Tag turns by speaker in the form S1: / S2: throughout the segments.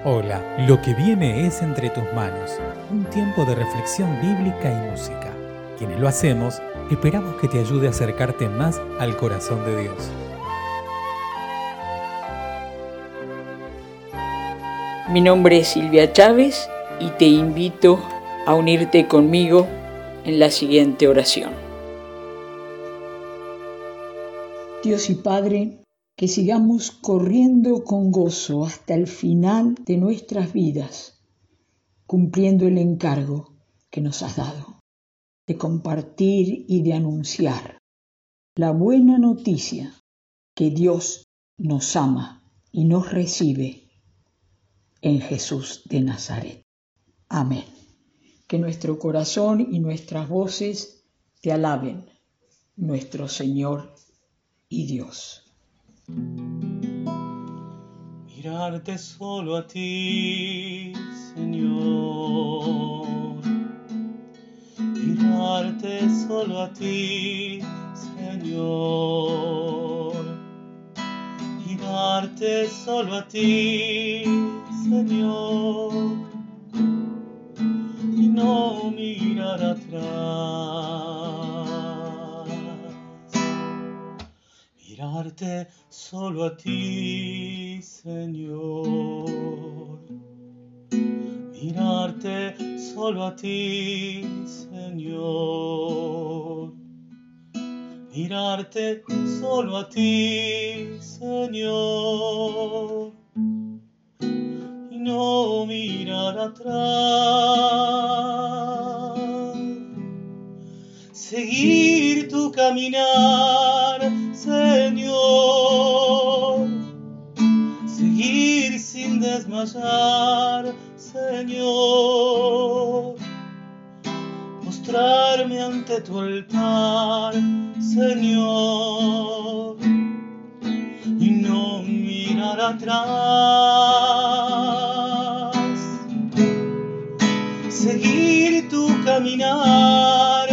S1: Hola, lo que viene es Entre tus manos, un tiempo de reflexión bíblica y música. Quienes lo hacemos, esperamos que te ayude a acercarte más al corazón de Dios.
S2: Mi nombre es Silvia Chávez y te invito a unirte conmigo en la siguiente oración. Dios y Padre, que sigamos corriendo con gozo hasta el final de nuestras vidas, cumpliendo el encargo que nos has dado, de compartir y de anunciar la buena noticia que Dios nos ama y nos recibe en Jesús de Nazaret. Amén. Que nuestro corazón y nuestras voces te alaben, nuestro Señor y Dios.
S3: Mirarte solo a ti, Señor. Mirarte solo a ti, Señor. Mirarte solo a ti, Señor. Y no mirar atrás. Mirarte solo a ti, Señor. Mirarte solo a ti, Señor. Mirarte solo a ti, Señor. Y no mirar atrás. Seguir tu caminar, Señor. Seguir sin desmayar, Señor. Mostrarme ante tu altar, Señor. Y no mirar atrás. Seguir tu caminar,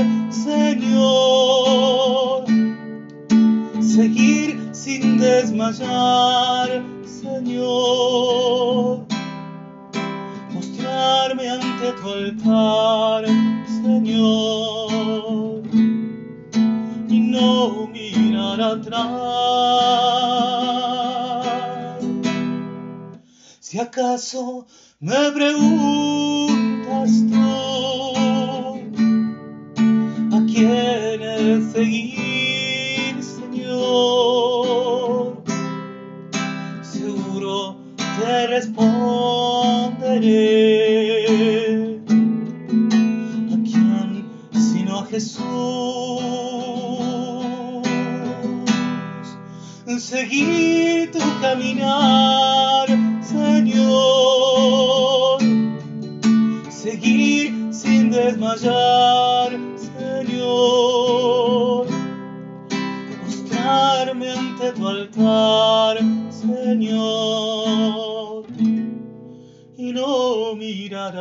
S3: Señor. Seguir sin desmayar, Señor. Mostrarme ante tu altar, Señor. Y no mirar atrás. Si acaso me preguntas tú a quién es seguir, Señor, seguro te responderé: ¿a quién sino a Jesús? Seguir tu caminar, Señor. Seguir sin desmayar, Señor. Mostrarme ante tu altar, Señor. Y no mirar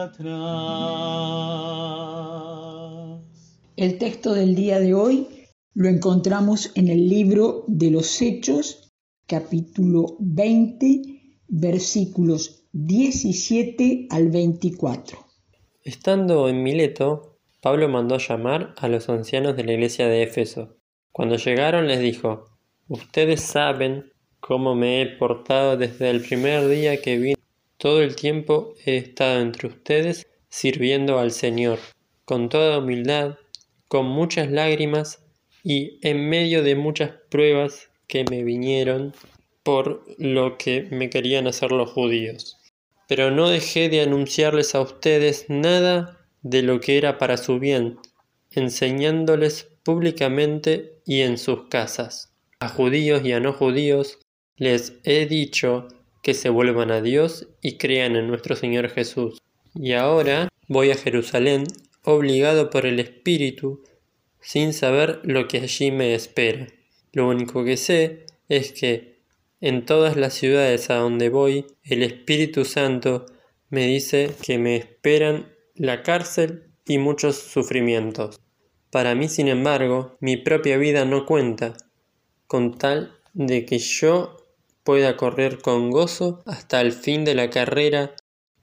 S3: atrás.
S2: El texto del día de hoy lo encontramos en el libro de los Hechos, capítulo 20, versículos 17 al 24.
S4: Estando en Mileto, Pablo mandó llamar a los ancianos de la iglesia de Éfeso. Cuando llegaron les dijo: «Ustedes saben cómo me he portado desde el primer día que vine. Todo el tiempo he estado entre ustedes sirviendo al Señor, con toda humildad, con muchas lágrimas y en medio de muchas pruebas que me vinieron por lo que me querían hacer los judíos. Pero no dejé de anunciarles a ustedes nada de lo que era para su bien, enseñándoles públicamente y en sus casas. A judíos y a no judíos les he dicho que se vuelvan a Dios y crean en nuestro Señor Jesús. Y ahora voy a Jerusalén, obligado por el Espíritu, sin saber lo que allí me espera. Lo único que sé es que en todas las ciudades a donde voy, el Espíritu Santo me dice que me esperan la cárcel y muchos sufrimientos. Para mí, sin embargo, mi propia vida no cuenta, con tal de que yo pueda correr con gozo hasta el fin de la carrera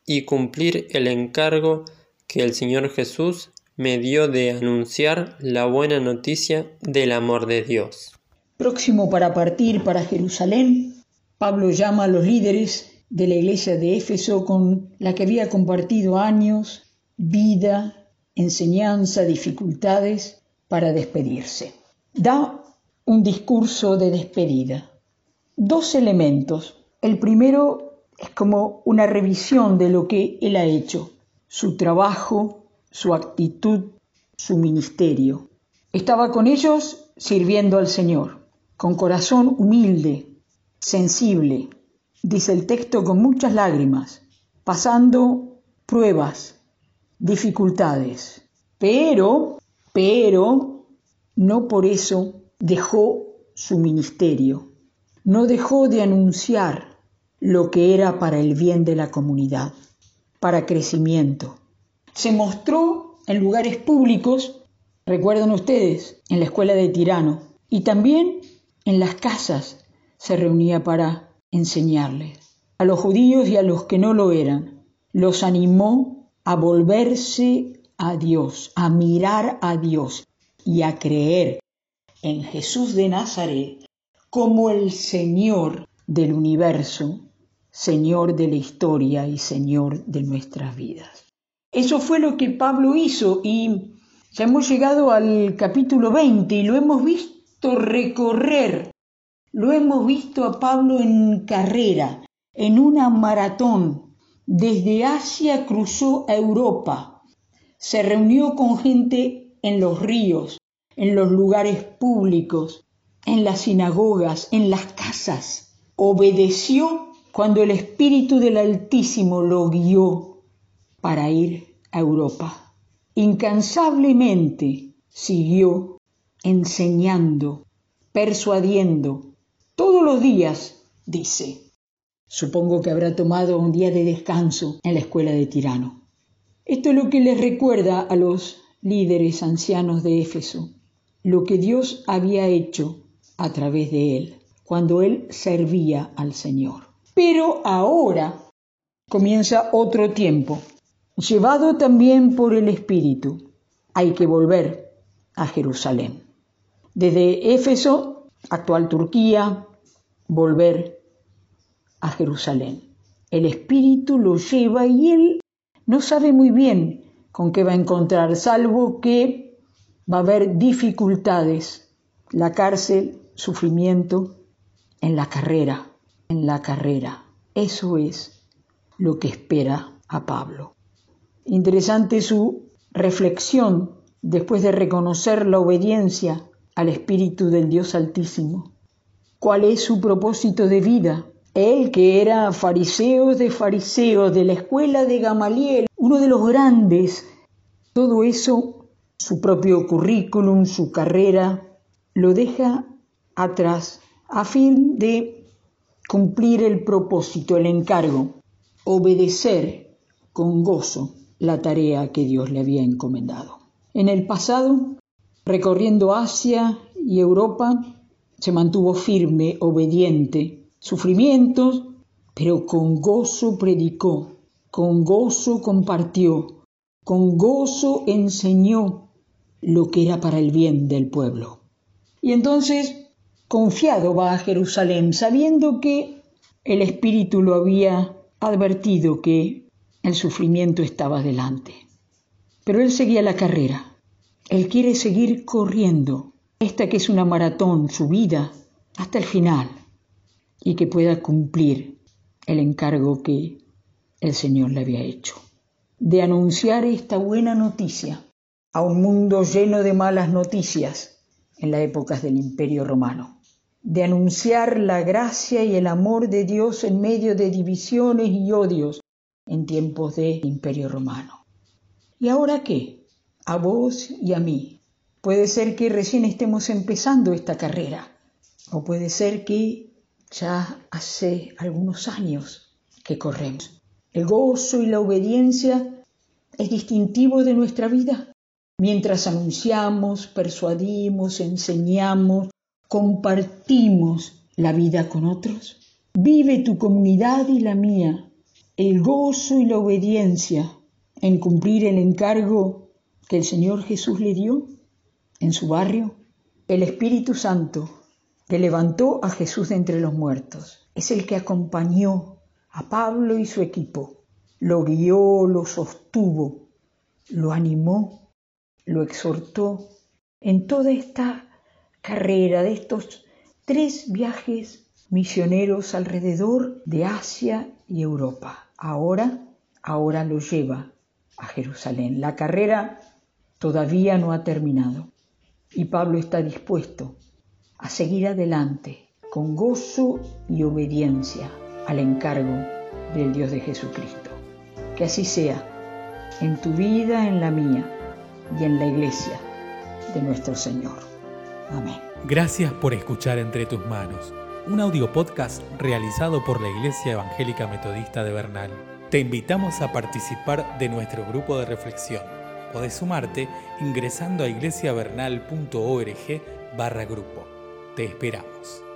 S4: y cumplir el encargo que el Señor Jesús me dio de anunciar la buena noticia del amor de Dios.
S2: Próximo para partir para Jerusalén, Pablo llama a los líderes de la iglesia de Éfeso con la que había compartido años, vida, enseñanza, dificultades, para despedirse. Da un discurso de despedida. 2 elementos. El primero es como una revisión de lo que él ha hecho, su trabajo, su actitud, su ministerio. Estaba con ellos sirviendo al Señor, con corazón humilde, sensible, dice el texto, con muchas lágrimas, pasando pruebas, dificultades, pero no por eso dejó su ministerio, no dejó de anunciar lo que era para el bien de la comunidad, para crecimiento. Se mostró en lugares públicos, recuerdan ustedes, en la escuela de Tirano, y también en las casas se reunía para enseñarles. A los judíos y a los que no lo eran, los animó a volverse a Dios, a mirar a Dios y a creer en Jesús de Nazaret como el Señor del universo, Señor de la historia y Señor de nuestras vidas. Eso fue lo que Pablo hizo y ya hemos llegado al capítulo 20 y lo hemos visto recorrer, lo hemos visto a Pablo en carrera, en una maratón. Desde Asia cruzó a Europa, se reunió con gente en los ríos, en los lugares públicos, en las sinagogas, en las casas. Obedeció cuando el Espíritu del Altísimo lo guió para ir a Europa. Incansablemente siguió enseñando, persuadiendo, todos los días, dice. Supongo que habrá tomado un día de descanso en la escuela de Tirano. Esto es lo que les recuerda a los líderes ancianos de Éfeso, lo que Dios había hecho a través de él, cuando él servía al Señor. Pero ahora comienza otro tiempo, llevado también por el Espíritu. Hay que volver a Jerusalén. Desde Éfeso, actual Turquía, volver a Jerusalén. El Espíritu lo lleva y él no sabe muy bien con qué va a encontrar, salvo que va a haber dificultades, la cárcel, sufrimiento, en la carrera. Eso es lo que espera a Pablo. Interesante su reflexión después de reconocer la obediencia al Espíritu del Dios Altísimo. ¿Cuál es su propósito de vida? Él, que era fariseo de la escuela de Gamaliel, uno de los grandes, todo eso, su propio currículum, su carrera, lo deja atrás a fin de cumplir el propósito, el encargo, obedecer con gozo la tarea que Dios le había encomendado. En el pasado, recorriendo Asia y Europa, se mantuvo firme, obediente, sufrimientos, pero con gozo predicó, con gozo compartió, con gozo enseñó lo que era para el bien del pueblo. Y entonces, confiado va a Jerusalén, sabiendo que el Espíritu lo había advertido que el sufrimiento estaba delante. Pero él seguía la carrera. Él quiere seguir corriendo, esta que es una maratón, su vida, hasta el final, y que pueda cumplir el encargo que el Señor le había hecho, de anunciar esta buena noticia a un mundo lleno de malas noticias en las épocas del Imperio Romano, de anunciar la gracia y el amor de Dios en medio de divisiones y odios en tiempos de Imperio Romano. ¿Y ahora qué? A vos y a mí. Puede ser que recién estemos empezando esta carrera, o puede ser que ya hace algunos años que corremos. El gozo y la obediencia es distintivo de nuestra vida. Mientras anunciamos, persuadimos, enseñamos, compartimos la vida con otros. Vive tu comunidad y la mía el gozo y la obediencia en cumplir el encargo que el Señor Jesús le dio en su barrio. El Espíritu Santo, que levantó a Jesús de entre los muertos, es el que acompañó a Pablo y su equipo. Lo guió, lo sostuvo, lo animó, lo exhortó en toda esta carrera de estos 3 viajes misioneros alrededor de Asia y Europa. Ahora lo lleva a Jerusalén. La carrera todavía no ha terminado y Pablo está dispuesto a seguir adelante con gozo y obediencia al encargo del Dios de Jesucristo. Que así sea en tu vida, en la mía y en la iglesia de nuestro Señor. Amén.
S1: Gracias por escuchar Entre tus manos, un audio podcast realizado por la Iglesia Evangélica Metodista de Bernal. Te invitamos a participar de nuestro grupo de reflexión. Podés sumarte ingresando a iglesiavernal.org/grupo. Te esperamos.